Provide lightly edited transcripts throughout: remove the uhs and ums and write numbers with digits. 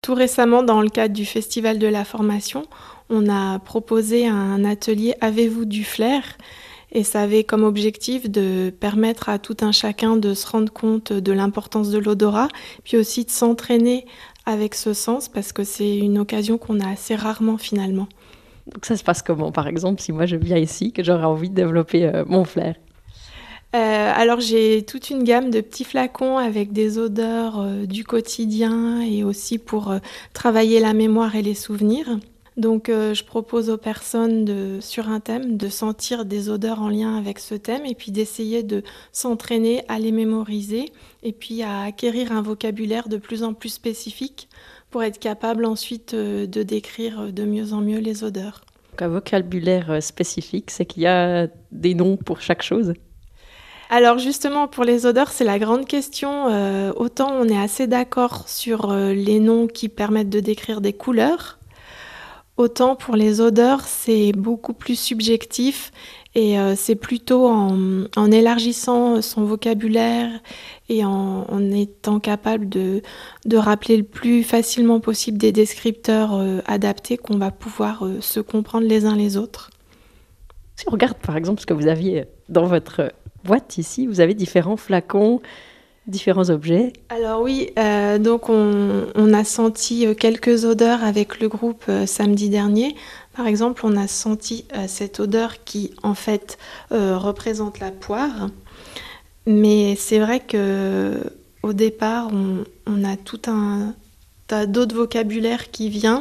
tout récemment, dans le cadre du Festival de la formation, on a proposé un atelier « Avez-vous du flair ?» et ça avait comme objectif de permettre à tout un chacun de se rendre compte de l'importance de l'odorat, puis aussi de s'entraîner avec ce sens, parce que c'est une occasion qu'on a assez rarement finalement. Donc ça se passe comment, par exemple, si moi je viens ici, que j'aurais envie de développer mon flair? Alors j'ai toute une gamme de petits flacons avec des odeurs du quotidien et aussi pour travailler la mémoire et les souvenirs. Donc je propose aux personnes sur un thème de sentir des odeurs en lien avec ce thème et puis d'essayer de s'entraîner à les mémoriser et puis à acquérir un vocabulaire de plus en plus spécifique pour être capable ensuite de décrire de mieux en mieux les odeurs. Donc un vocabulaire spécifique, c'est qu'il y a des noms pour chaque chose? Alors justement, pour les odeurs, c'est la grande question. Autant on est assez d'accord sur les noms qui permettent de décrire des couleurs, autant pour les odeurs, c'est beaucoup plus subjectif et c'est plutôt en élargissant son vocabulaire et en étant capable de rappeler le plus facilement possible des descripteurs adaptés qu'on va pouvoir se comprendre les uns les autres. Si on regarde par exemple ce que vous aviez dans votre boîte ici, vous avez différents flacons, différents objets. Alors oui, donc on a senti quelques odeurs avec le groupe samedi dernier. Par exemple, on a senti cette odeur qui en fait représente la poire. Mais c'est vrai que au départ, on a tout un tas d'autres vocabulaires qui vient,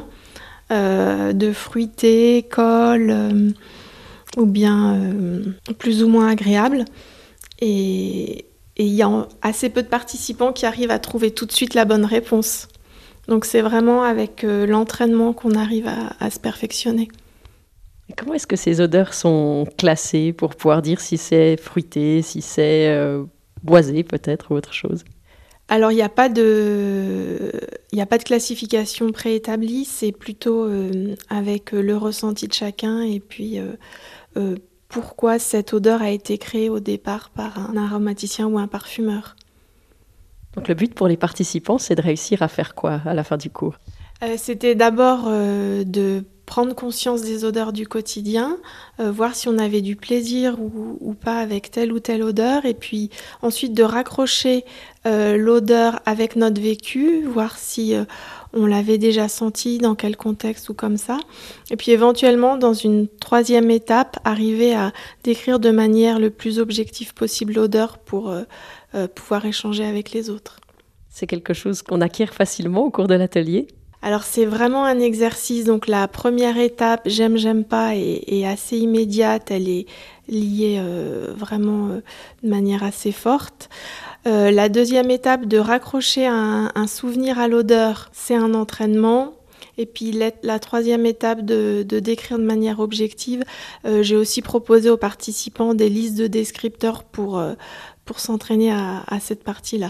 de fruité, colle, ou bien plus ou moins agréable. Et il y a assez peu de participants qui arrivent à trouver tout de suite la bonne réponse. Donc c'est vraiment avec l'entraînement qu'on arrive à se perfectionner. Et comment est-ce que ces odeurs sont classées pour pouvoir dire si c'est fruité, si c'est boisé peut-être ou autre chose? Alors il n'y a pas de classification préétablie, c'est plutôt avec le ressenti de chacun et puis pourquoi cette odeur a été créée au départ par un aromaticien ou un parfumeur. Donc le but pour les participants, c'est de réussir à faire quoi à la fin du cours? C'était d'abord de prendre conscience des odeurs du quotidien, voir si on avait du plaisir ou pas avec telle ou telle odeur, et puis ensuite de raccrocher l'odeur avec notre vécu, voir si on l'avait déjà senti, dans quel contexte ou comme ça. Et puis éventuellement, dans une troisième étape, arriver à décrire de manière le plus objective possible l'odeur pour pouvoir échanger avec les autres. C'est quelque chose qu'on acquiert facilement au cours de l'atelier? Alors c'est vraiment un exercice, donc la première étape, j'aime pas, est assez immédiate, elle est liée vraiment de manière assez forte. La deuxième étape, de raccrocher un souvenir à l'odeur, c'est un entraînement. Et puis la troisième étape de décrire de manière objective, j'ai aussi proposé aux participants des listes de descripteurs pour s'entraîner à cette partie-là.